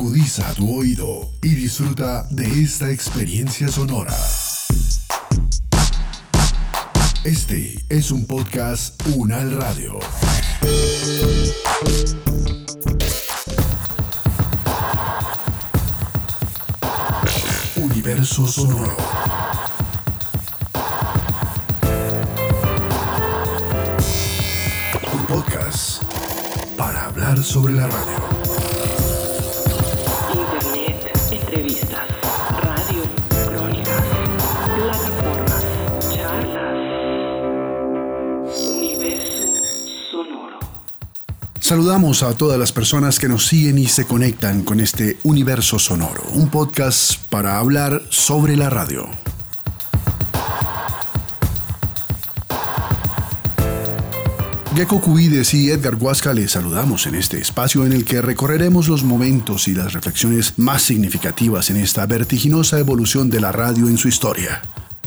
Agudiza tu oído y disfruta de esta experiencia sonora. Este es un podcast Unal Radio. Universo sonoro. Un podcast para hablar sobre la radio. Internet, entrevistas, radio, crónicas, plataformas, charlas. Universo sonoro. Saludamos a todas las personas que nos siguen y se conectan con este Universo Sonoro, un podcast para hablar sobre la radio. Gecko Cubides y Edgar Huasca les saludamos en este espacio en el que recorreremos los momentos y las reflexiones más significativas en esta vertiginosa evolución de la radio en su historia.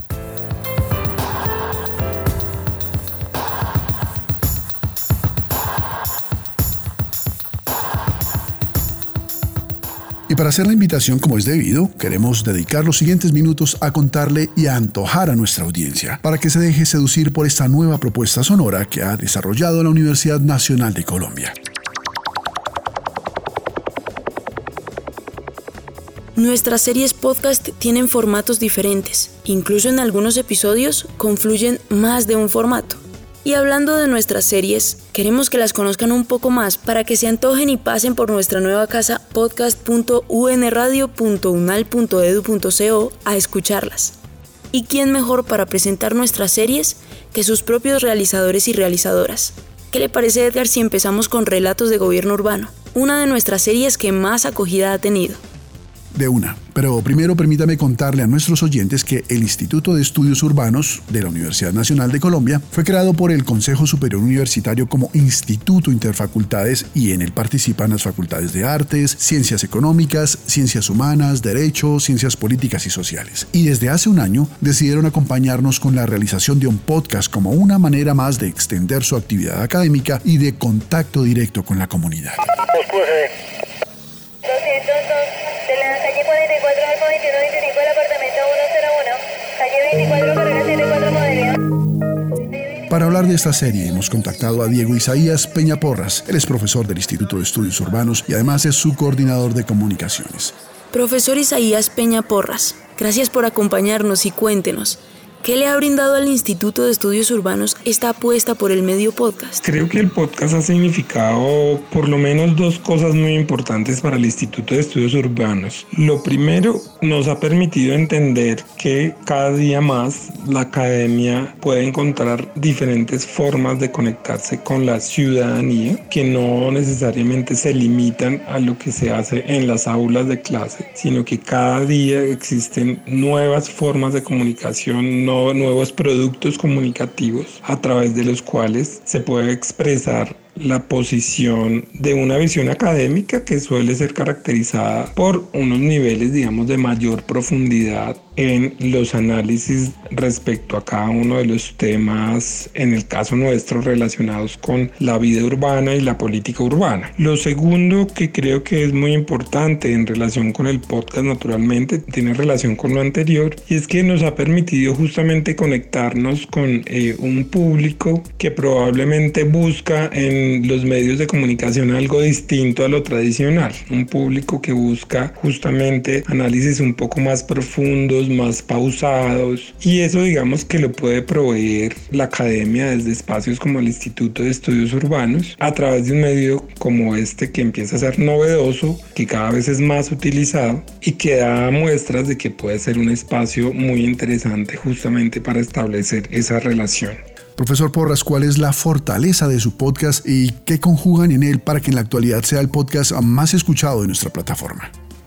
Y para hacer la invitación como es debido, queremos dedicar los siguientes minutos a contarle y a antojar a nuestra audiencia para que se deje seducir por esta nueva propuesta sonora que ha desarrollado la Universidad Nacional de Colombia. Nuestras series podcast tienen formatos diferentes, incluso en algunos episodios confluyen más de un formato. Y hablando de nuestras series, queremos que las conozcan un poco más para que se antojen y pasen por nuestra nueva casa podcast.unradio.unal.edu.co a escucharlas. ¿Y quién mejor para presentar nuestras series que sus propios realizadores y realizadoras? ¿Qué le parece, Edgar, si empezamos con Relatos de Gobierno Urbano, una de nuestras series que más acogida ha tenido? De una, pero primero permítame contarle a nuestros oyentes que el Instituto de Estudios Urbanos de la Universidad Nacional de Colombia fue creado por el Consejo Superior Universitario como Instituto Interfacultades y en él participan las facultades de Artes, Ciencias Económicas, Ciencias Humanas, Derecho, Ciencias Políticas y Sociales. Y desde hace un año decidieron acompañarnos con la realización de un podcast como una manera más de extender su actividad académica y de contacto directo con la comunidad. 202 de la calle 44 Alfa 2125 del apartamento 101, calle 24, carrera 74 Modelia. Para hablar de esta serie hemos contactado a Diego Isaías Peña Porras. Él es profesor del Instituto de Estudios Urbanos y además es su coordinador de comunicaciones. Profesor Isaías Peña Porras, gracias por acompañarnos y cuéntenos, ¿qué le ha brindado al Instituto de Estudios Urbanos esta apuesta por el medio podcast? Creo que el podcast ha significado por lo menos dos cosas muy importantes para el Instituto de Estudios Urbanos. Lo primero, nos ha permitido entender que cada día más la academia puede encontrar diferentes formas de conectarse con la ciudadanía que no necesariamente se limitan a lo que se hace en las aulas de clase, sino que cada día existen nuevas formas de comunicación, nuevos productos comunicativos a través de los cuales se puede expresar la posición de una visión académica que suele ser caracterizada por unos niveles, digamos, de mayor profundidad en los análisis respecto a cada uno de los temas, en el caso nuestro, relacionados con la vida urbana y la política urbana. Lo segundo que creo que es muy importante en relación con el podcast, naturalmente, tiene relación con lo anterior, y es que nos ha permitido justamente conectarnos con un público que probablemente busca en los medios de comunicación algo distinto a lo tradicional, un público que busca justamente análisis un poco más profundos, más pausados, y eso digamos que lo puede proveer la academia desde espacios como el Instituto de Estudios Urbanos a través de un medio como este que empieza a ser novedoso, que cada vez es más utilizado y que da muestras de que puede ser un espacio muy interesante justamente para establecer esa relación. Profesor Porras, ¿cuál es la fortaleza de su podcast y qué conjugan en él para que en la actualidad sea el podcast más escuchado de nuestra plataforma?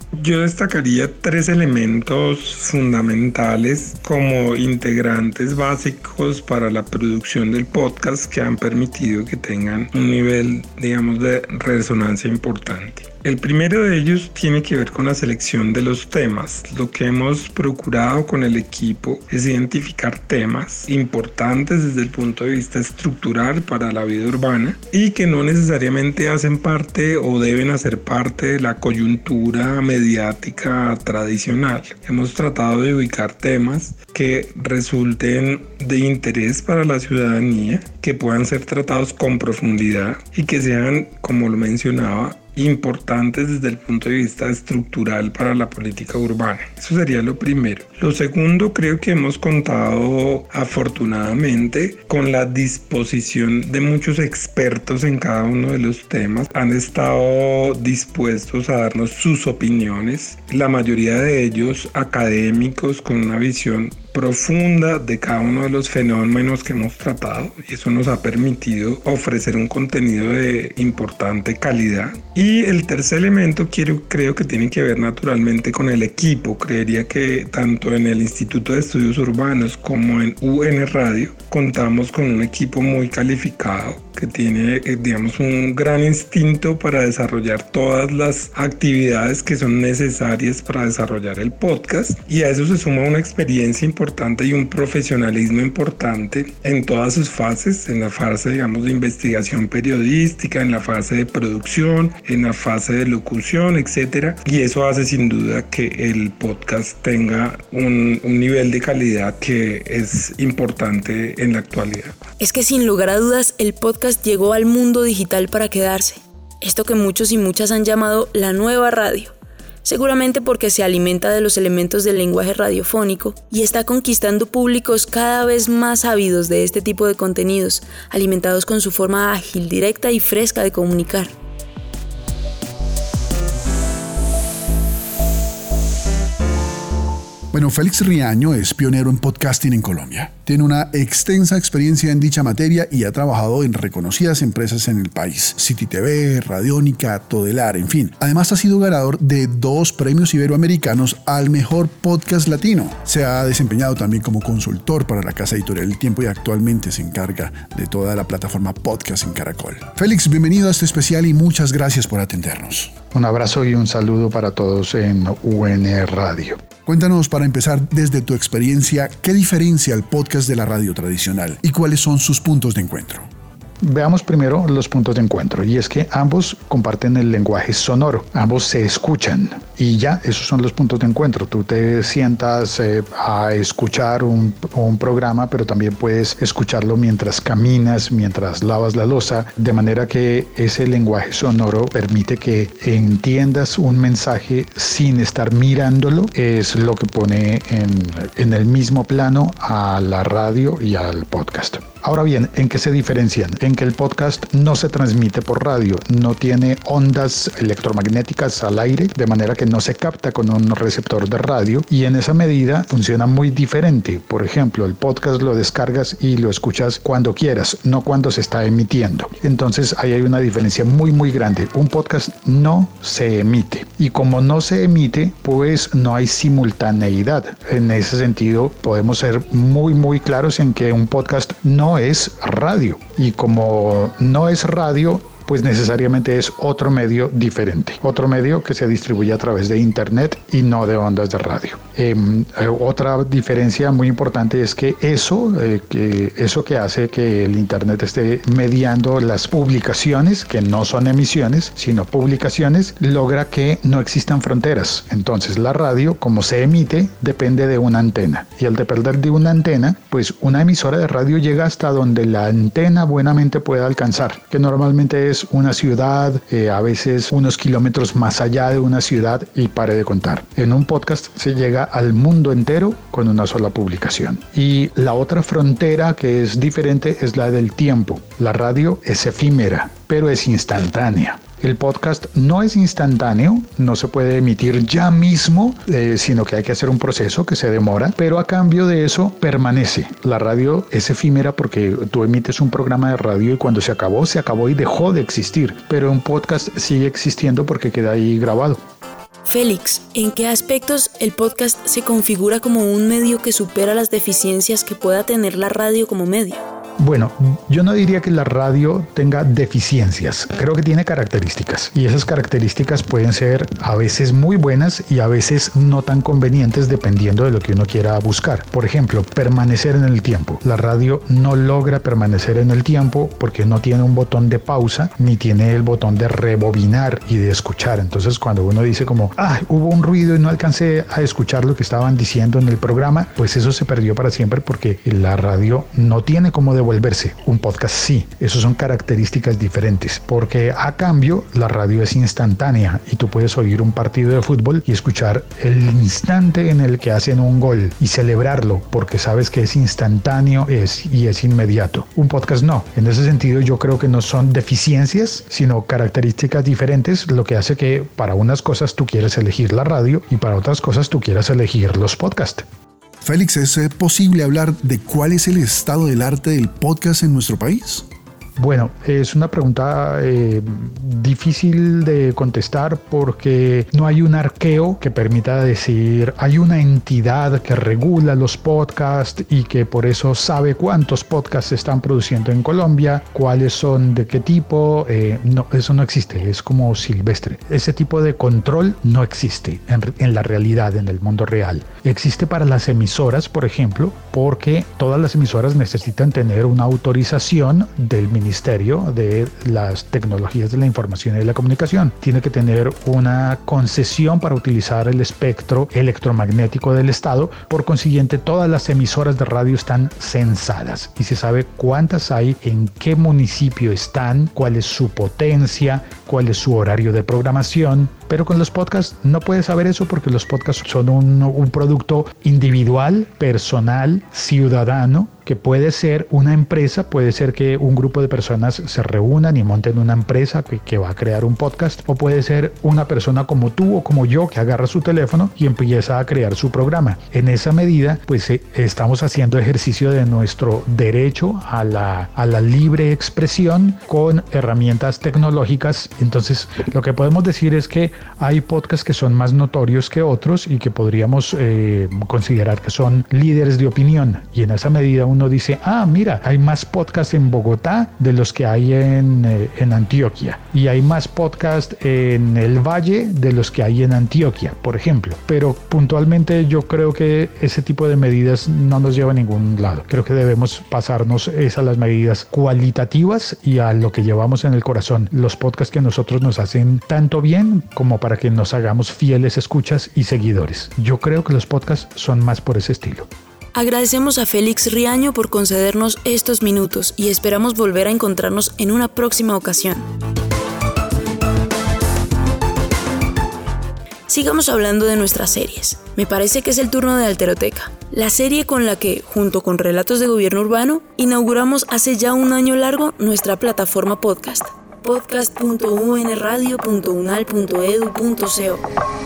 Yo destacaría 3 elementos fundamentales como integrantes básicos para la producción del podcast que han permitido que tengan un nivel, digamos, de resonancia importante. El primero de ellos tiene que ver con la selección de los temas. Lo que hemos procurado con el equipo es identificar temas importantes desde el punto de vista estructural para la vida urbana y que no necesariamente hacen parte o deben hacer parte de la coyuntura mediática tradicional. Hemos tratado de ubicar temas que resulten de interés para la ciudadanía, que puedan ser tratados con profundidad y que sean, como lo mencionaba, importantes desde el punto de vista estructural para la política urbana. Eso sería lo primero. Lo segundo, creo que hemos contado afortunadamente con la disposición de muchos expertos en cada uno de los temas. Han estado dispuestos a darnos sus opiniones, la mayoría de ellos académicos con una visión profunda de cada uno de los fenómenos que hemos tratado, y eso nos ha permitido ofrecer un contenido de importante calidad. Y el tercer elemento creo que tiene que ver naturalmente con el equipo. Creería que tanto en el Instituto de Estudios Urbanos como en UN Radio contamos con un equipo muy calificado que tiene, digamos, un gran instinto para desarrollar todas las actividades que son necesarias para desarrollar el podcast, y a eso se suma una experiencia importante y un profesionalismo importante en todas sus fases, en la fase, digamos, de investigación periodística, en la fase de producción, en la fase de locución, etcétera, y eso hace sin duda que el podcast tenga un nivel de calidad que es importante en la actualidad. Es que sin lugar a dudas el podcast llegó al mundo digital para quedarse. Esto que muchos y muchas han llamado la nueva radio. Seguramente porque se alimenta de los elementos del lenguaje radiofónico y está conquistando públicos cada vez más ávidos de este tipo de contenidos, alimentados con su forma ágil, directa y fresca de comunicar. Bueno, Félix Riaño es pionero en podcasting en Colombia. Tiene una extensa experiencia en dicha materia y ha trabajado en reconocidas empresas en el país. City TV, Radiónica, Todelar, en fin. Además ha sido ganador de 2 premios iberoamericanos al mejor podcast latino. Se ha desempeñado también como consultor para la casa editorial El Tiempo y actualmente se encarga de toda la plataforma podcast en Caracol. Félix, bienvenido a este especial y muchas gracias por atendernos. Un abrazo y un saludo para todos en UN Radio. Cuéntanos, para empezar, desde tu experiencia, ¿qué diferencia el podcast de la radio tradicional y cuáles son sus puntos de encuentro? Veamos primero los puntos de encuentro, y es que ambos comparten el lenguaje sonoro, ambos se escuchan y ya, esos son los puntos de encuentro. Tú te sientas a escuchar un programa, pero también puedes escucharlo mientras caminas, mientras lavas la loza, de manera que ese lenguaje sonoro permite que entiendas un mensaje sin estar mirándolo. Es lo que pone en el mismo plano a la radio y al podcast. Ahora bien, ¿en qué se diferencian? En que el podcast no se transmite por radio, no tiene ondas electromagnéticas al aire, de manera que no se capta con un receptor de radio, y en esa medida funciona muy diferente. Por ejemplo, el podcast lo descargas y lo escuchas cuando quieras, no cuando se está emitiendo. Entonces ahí hay una diferencia muy muy grande. Un podcast no se emite, y como no se emite, pues no hay simultaneidad. En ese sentido podemos ser muy muy claros en que un podcast no es radio, y como no es radio, pues necesariamente es otro medio diferente, otro medio que se distribuye a través de internet y no de ondas de radio. Otra diferencia muy importante es que eso que hace que el internet esté mediando las publicaciones, que no son emisiones, sino publicaciones, logra que no existan fronteras. Entonces la radio, como se emite, depende de una antena, y al depender de una antena, pues una emisora de radio llega hasta donde la antena buenamente pueda alcanzar, que normalmente es una ciudad, a veces unos kilómetros más allá de una ciudad, y pare de contar. En un podcast se llega al mundo entero con una sola publicación. Y la otra frontera que es diferente es la del tiempo. La radio es efímera, pero es instantánea. El podcast no es instantáneo, no se puede emitir ya mismo, sino que hay que hacer un proceso que se demora, pero a cambio de eso permanece. La radio es efímera porque tú emites un programa de radio y cuando se acabó y dejó de existir, pero un podcast sigue existiendo porque queda ahí grabado. Félix, ¿en qué aspectos el podcast se configura como un medio que supera las deficiencias que pueda tener la radio como medio? Bueno, yo no diría que la radio tenga deficiencias, creo que tiene características y esas características pueden ser a veces muy buenas y a veces no tan convenientes dependiendo de lo que uno quiera buscar. Por ejemplo, permanecer en el tiempo. La radio no logra permanecer en el tiempo porque no tiene un botón de pausa ni tiene el botón de rebobinar y de escuchar. Entonces cuando uno dice como, hubo un ruido y no alcancé a escuchar lo que estaban diciendo en el programa, pues eso se perdió para siempre porque la radio no tiene cómo devolverse. Un podcast sí, esos son características diferentes, porque a cambio la radio es instantánea y tú puedes oír un partido de fútbol y escuchar el instante en el que hacen un gol y celebrarlo porque sabes que es instantáneo y es inmediato. Un podcast no. En ese sentido yo creo que no son deficiencias, sino características diferentes, lo que hace que para unas cosas tú quieres elegir la radio y para otras cosas tú quieras elegir los podcasts. Félix, ¿es posible hablar de cuál es el estado del arte del podcast en nuestro país? Bueno, es una pregunta difícil de contestar porque no hay un arqueo que permita decir hay una entidad que regula los podcasts y que por eso sabe cuántos podcasts se están produciendo en Colombia, cuáles son, de qué tipo. No, eso no existe, es como silvestre. Ese tipo de control no existe en la realidad, en el mundo real. Existe para las emisoras, por ejemplo, porque todas las emisoras necesitan tener una autorización del Ministerio de las Tecnologías de la Información y de la Comunicación. Tiene que tener una concesión para utilizar el espectro electromagnético del Estado. Por consiguiente, todas las emisoras de radio están censadas y se sabe cuántas hay, en qué municipio están, cuál es su potencia, cuál es su horario de programación. Pero con los podcasts no puedes saber eso porque los podcasts son un producto individual, personal, ciudadano, que puede ser una empresa, puede ser que un grupo de personas se reúnan y monten una empresa que va a crear un podcast, o puede ser una persona como tú o como yo que agarra su teléfono y empieza a crear su programa. En esa medida, pues estamos haciendo ejercicio de nuestro derecho a la libre expresión con herramientas tecnológicas. Entonces, lo que podemos decir es que hay podcasts que son más notorios que otros y que podríamos considerar que son líderes de opinión, y en esa medida uno dice, mira, hay más podcasts en Bogotá de los que hay en Antioquia, y hay más podcasts en el Valle de los que hay en Antioquia, por ejemplo. Pero puntualmente yo creo que ese tipo de medidas no nos lleva a ningún lado. Creo que debemos pasarnos a las medidas cualitativas y a lo que llevamos en el corazón, los podcasts que a nosotros nos hacen tanto bien como para que nos hagamos fieles escuchas y seguidores. Yo creo que los podcasts son más por ese estilo. Agradecemos a Félix Riaño por concedernos estos minutos y esperamos volver a encontrarnos en una próxima ocasión. Sigamos hablando de nuestras series. Me parece que es el turno de Alteroteca, la serie con la que, junto con Relatos de Gobierno Urbano, inauguramos hace ya un año largo nuestra plataforma podcast. podcast.unradio.unal.edu.co.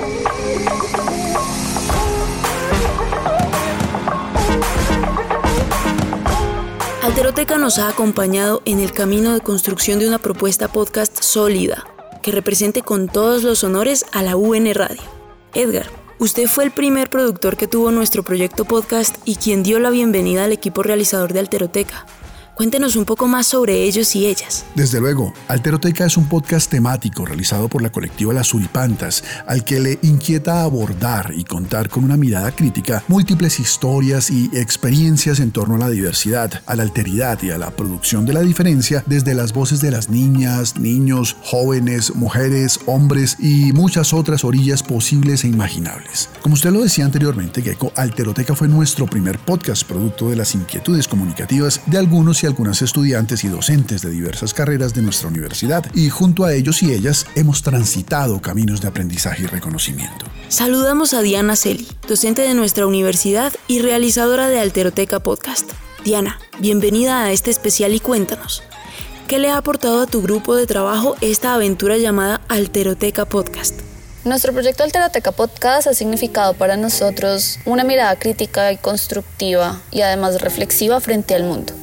Alteroteca nos ha acompañado en el camino de construcción de una propuesta podcast sólida, que represente con todos los honores a la UN Radio. Edgar, usted fue el primer productor que tuvo nuestro proyecto podcast y quien dio la bienvenida al equipo realizador de Alteroteca. Cuéntenos un poco más sobre ellos y ellas. Desde luego, Alteroteca es un podcast temático realizado por la colectiva Las Suripantas, al que le inquieta abordar y contar con una mirada crítica múltiples historias y experiencias en torno a la diversidad, a la alteridad y a la producción de la diferencia desde las voces de las niñas, niños, jóvenes, mujeres, hombres y muchas otras orillas posibles e imaginables. Como usted lo decía anteriormente, Gecko, Alteroteca fue nuestro primer podcast producto de las inquietudes comunicativas de algunos y algunas estudiantes y docentes de diversas carreras de nuestra universidad, y junto a ellos y ellas hemos transitado caminos de aprendizaje y reconocimiento. Saludamos a Diana Celi, docente de nuestra universidad y realizadora de Alteroteca Podcast. Diana, bienvenida a este especial y cuéntanos, ¿qué le ha aportado a tu grupo de trabajo esta aventura llamada Alteroteca Podcast? Nuestro proyecto Alteroteca Podcast ha significado para nosotros una mirada crítica y constructiva y además reflexiva frente al mundo.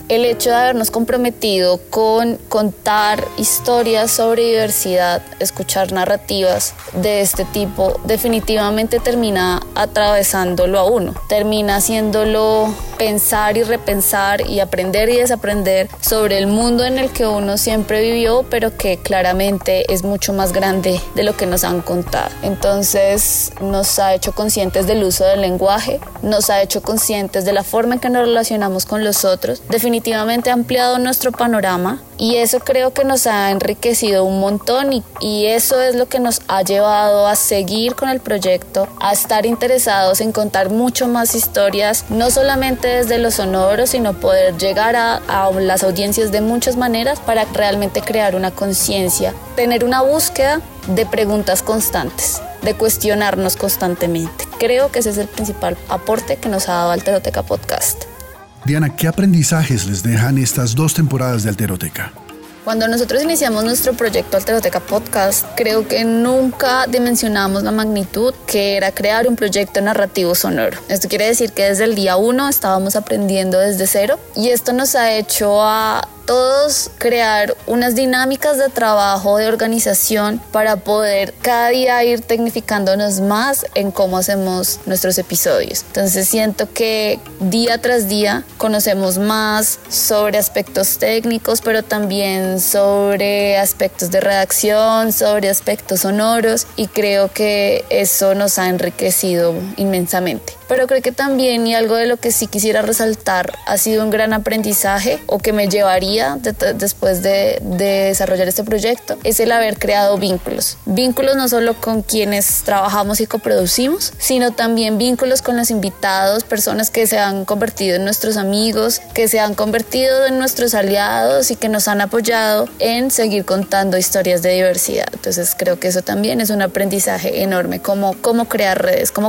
el hecho de habernos comprometido con contar historias sobre diversidad, escuchar narrativas de este tipo, definitivamente termina atravesándolo a uno, termina haciéndolo pensar y repensar y aprender y desaprender sobre el mundo en el que uno siempre vivió, pero que claramente es mucho más grande de lo que nos han contado. Entonces nos ha hecho conscientes del uso del lenguaje, nos ha hecho conscientes de la forma en que nos relacionamos con los otros, definitivamente ha ampliado nuestro panorama y eso creo que nos ha enriquecido un montón y eso es lo que nos ha llevado a seguir con el proyecto, a estar interesados en contar mucho más historias, no solamente desde lo sonoro, sino poder llegar a las audiencias de muchas maneras para realmente crear una conciencia, tener una búsqueda de preguntas constantes, de cuestionarnos constantemente. Creo que ese es el principal aporte que nos ha dado Alteroteca Podcast. Diana, ¿qué aprendizajes les dejan estas 2 temporadas de Alteroteca? Cuando nosotros iniciamos nuestro proyecto Alteroteca Podcast, creo que nunca dimensionamos la magnitud que era crear un proyecto narrativo sonoro. Esto quiere decir que desde el día 1 estábamos aprendiendo desde cero y esto nos ha hecho a todos crear unas dinámicas de trabajo, de organización para poder cada día ir tecnificándonos más en cómo hacemos nuestros episodios. Entonces siento que día tras día conocemos más sobre aspectos técnicos, pero también sobre aspectos de redacción, sobre aspectos sonoros y creo que eso nos ha enriquecido inmensamente. Pero creo que también, y algo de lo que sí quisiera resaltar, ha sido un gran aprendizaje o que me llevaría después de desarrollar este proyecto, es el haber creado vínculos. Vínculos no solo con quienes trabajamos y coproducimos, sino también vínculos con los invitados, personas que se han convertido en nuestros amigos, que se han convertido en nuestros aliados y que nos han apoyado en seguir contando historias de diversidad. Entonces creo que eso también es un aprendizaje enorme, cómo crear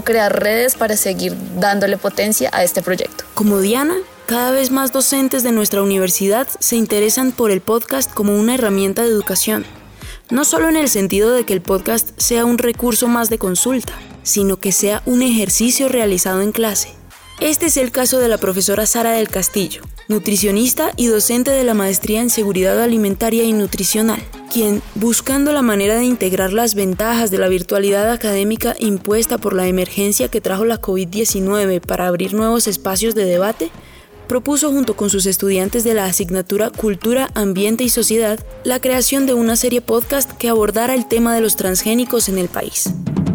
redes para seguir dándole potencia a este proyecto. Como Diana, cada vez más docentes de nuestra universidad se interesan por el podcast como una herramienta de educación. No solo en el sentido de que el podcast sea un recurso más de consulta, sino que sea un ejercicio realizado en clase. Este es el caso de la profesora Sara del Castillo, nutricionista y docente de la maestría en seguridad alimentaria y nutricional, quien, buscando la manera de integrar las ventajas de la virtualidad académica impuesta por la emergencia que trajo la COVID-19 para abrir nuevos espacios de debate, propuso junto con sus estudiantes de la asignatura Cultura, Ambiente y Sociedad la creación de una serie podcast que abordara el tema de los transgénicos en el país.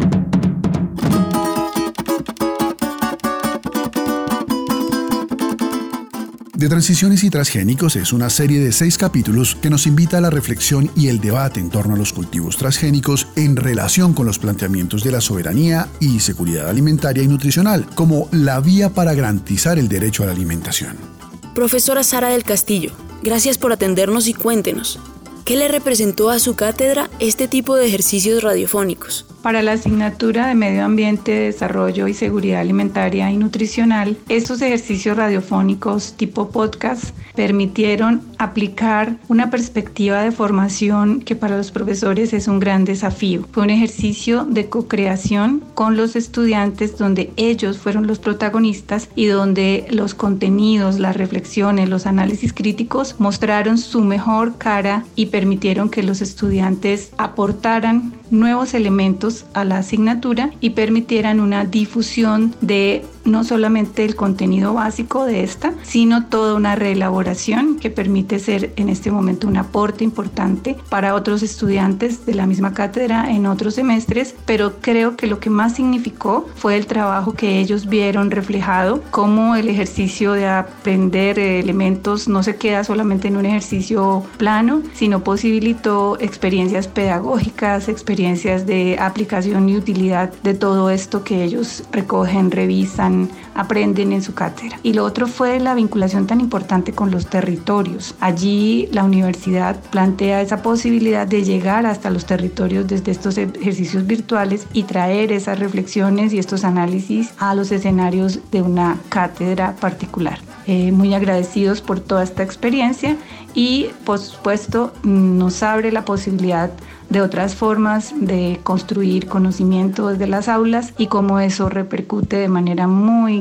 De Transiciones y Transgénicos es una serie de 6 capítulos que nos invita a la reflexión y el debate en torno a los cultivos transgénicos en relación con los planteamientos de la soberanía y seguridad alimentaria y nutricional, como la vía para garantizar el derecho a la alimentación. Profesora Sara del Castillo, gracias por atendernos y cuéntenos, ¿qué le representó a su cátedra este tipo de ejercicios radiofónicos? Para la asignatura de Medio Ambiente, Desarrollo y Seguridad Alimentaria y Nutricional, estos ejercicios radiofónicos tipo podcast permitieron aplicar una perspectiva de formación que para los profesores es un gran desafío. Fue un ejercicio de co-creación con los estudiantes donde ellos fueron los protagonistas y donde los contenidos, las reflexiones, los análisis críticos mostraron su mejor cara y permitieron que los estudiantes aportaran nuevos elementos a la asignatura y permitieran una difusión de no solamente el contenido básico de esta, sino toda una reelaboración que permite ser en este momento un aporte importante para otros estudiantes de la misma cátedra en otros semestres, pero creo que lo que más significó fue el trabajo que ellos vieron reflejado, cómo el ejercicio de aprender elementos no se queda solamente en un ejercicio plano, sino posibilitó experiencias pedagógicas, experiencias de aplicación y utilidad de todo esto que ellos recogen, revisan, aprenden en su cátedra. Y lo otro fue la vinculación tan importante con los territorios. Allí la universidad plantea esa posibilidad de llegar hasta los territorios desde estos ejercicios virtuales y traer esas reflexiones y estos análisis a los escenarios de una cátedra particular. Muy agradecidos por toda esta experiencia y por supuesto nos abre la posibilidad de otras formas de construir conocimiento desde las aulas y cómo eso repercute de manera muy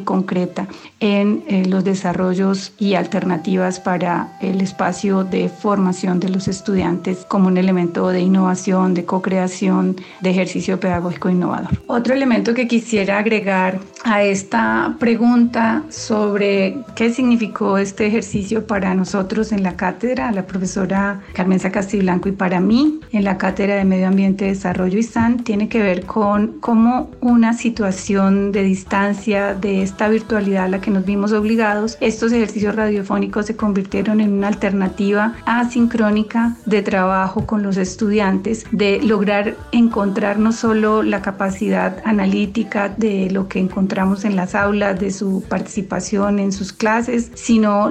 concreta en los desarrollos y alternativas para el espacio de formación de los estudiantes como un elemento de innovación, de co-creación, de ejercicio pedagógico innovador. Otro elemento que quisiera agregar a esta pregunta sobre qué significó este ejercicio para nosotros en la cátedra, la profesora Carmenza Castiblanco, y para mí en la cátedra de Medio Ambiente, Desarrollo y SAN, tiene que ver con cómo una situación de distancia, de esta virtualidad a la que nos vimos obligados, estos ejercicios radiofónicos se convirtieron en una alternativa asincrónica de trabajo con los estudiantes, de lograr encontrar no solo la capacidad analítica de lo que encontramos en las aulas, de su participación en sus clases, sino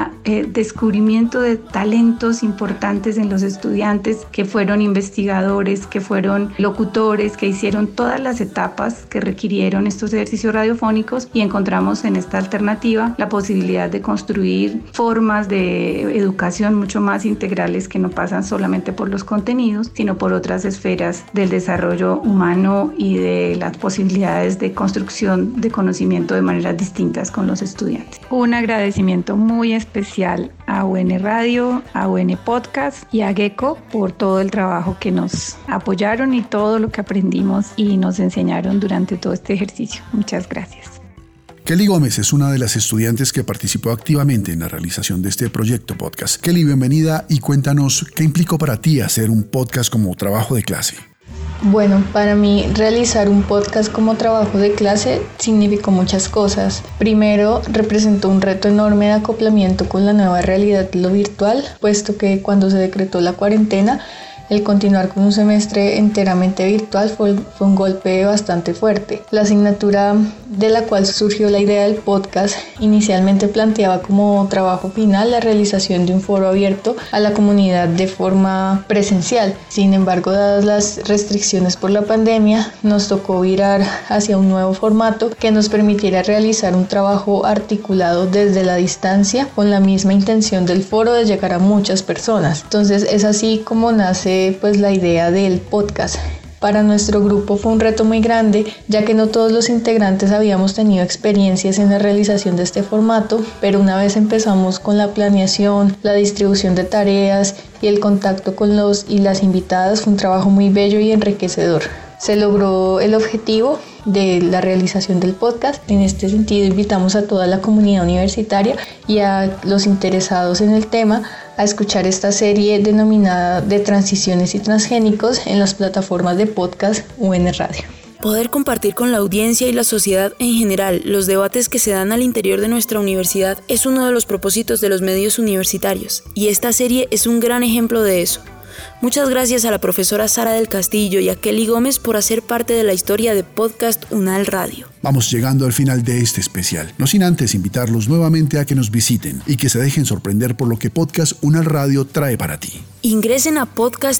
el descubrimiento de talentos importantes en los estudiantes que fueron investigadores, que fueron locutores, que hicieron todas las etapas que requirieron estos ejercicios radiofónicos, y encontramos en esta alternativa la posibilidad de construir formas de educación mucho más integrales que no pasan solamente por los contenidos, sino por otras esferas del desarrollo humano y de las posibilidades de construcción de conocimiento de maneras distintas con los estudiantes. Un agradecimiento muy especial a UN Radio, a UN Podcast y a GECO por todo el trabajo que nos apoyaron y todo lo que aprendimos y nos enseñaron durante todo este ejercicio. Muchas gracias. Kelly Gómez es una de las estudiantes que participó activamente en la realización de este proyecto podcast. Kelly, bienvenida y cuéntanos qué implicó para ti hacer un podcast como trabajo de clase. Bueno, para mí realizar un podcast como trabajo de clase significó muchas cosas. Primero, representó un reto enorme de acoplamiento con la nueva realidad de lo virtual, puesto que cuando se decretó la cuarentena, el continuar con un semestre enteramente virtual fue un golpe bastante fuerte. La asignatura de la cual surgió la idea del podcast inicialmente planteaba como trabajo final la realización de un foro abierto a la comunidad de forma presencial. Sin embargo, dadas las restricciones por la pandemia, nos tocó virar hacia un nuevo formato que nos permitiera realizar un trabajo articulado desde la distancia con la misma intención del foro de llegar a muchas personas. Entonces es así como nace la idea del podcast. Para nuestro grupo fue un reto muy grande, ya que no todos los integrantes habíamos tenido experiencias en la realización de este formato, pero una vez empezamos con la planeación, la distribución de tareas y el contacto con los y las invitadas, fue un trabajo muy bello y enriquecedor. Se logró el objetivo de la realización del podcast. En este sentido, invitamos a toda la comunidad universitaria y a los interesados en el tema a escuchar esta serie denominada de transiciones y transgénicos en las plataformas de podcast UN Radio. Poder compartir con la audiencia y la sociedad en general los debates que se dan al interior de nuestra universidad es uno de los propósitos de los medios universitarios, y esta serie es un gran ejemplo de eso. Muchas gracias a la profesora Sara del Castillo y a Kelly Gómez por hacer parte de la historia de Podcast UNAL Radio. Vamos llegando al final de este especial, no sin antes invitarlos nuevamente a que nos visiten y que se dejen sorprender por lo que Podcast UNAL Radio trae para ti. Ingresen a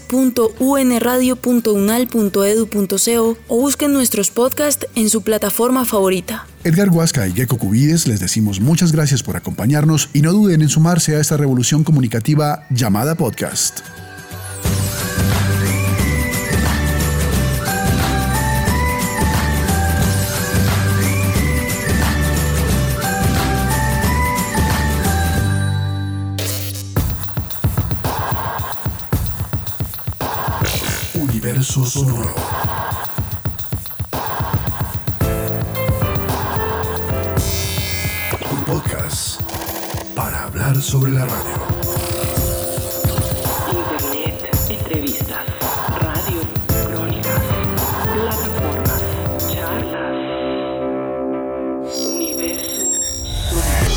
podcast.unradio.unal.edu.co o busquen nuestros podcasts en su plataforma favorita. Edgar Huasca y Gecko Cubides les decimos muchas gracias por acompañarnos y no duden en sumarse a esta revolución comunicativa llamada podcast. Universo sonoro. Un podcast para hablar sobre la radio. Internet, entrevistas, radio, crónicas, plataformas, charlas. Universo sonoro.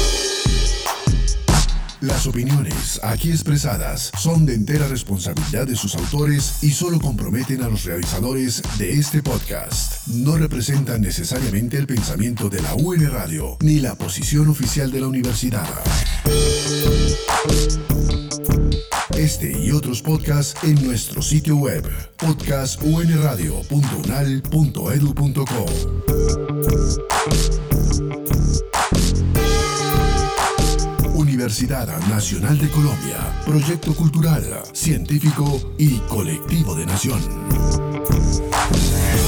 Las opiniones aquí expresadas son de entera responsabilidad de sus autores y solo comprometen a los realizadores de este podcast. No representan necesariamente el pensamiento de la UN Radio ni la posición oficial de la universidad. Este y otros podcasts en nuestro sitio web podcastunradio.unal.edu.co. Universidad Nacional de Colombia, proyecto cultural, científico y colectivo de nación.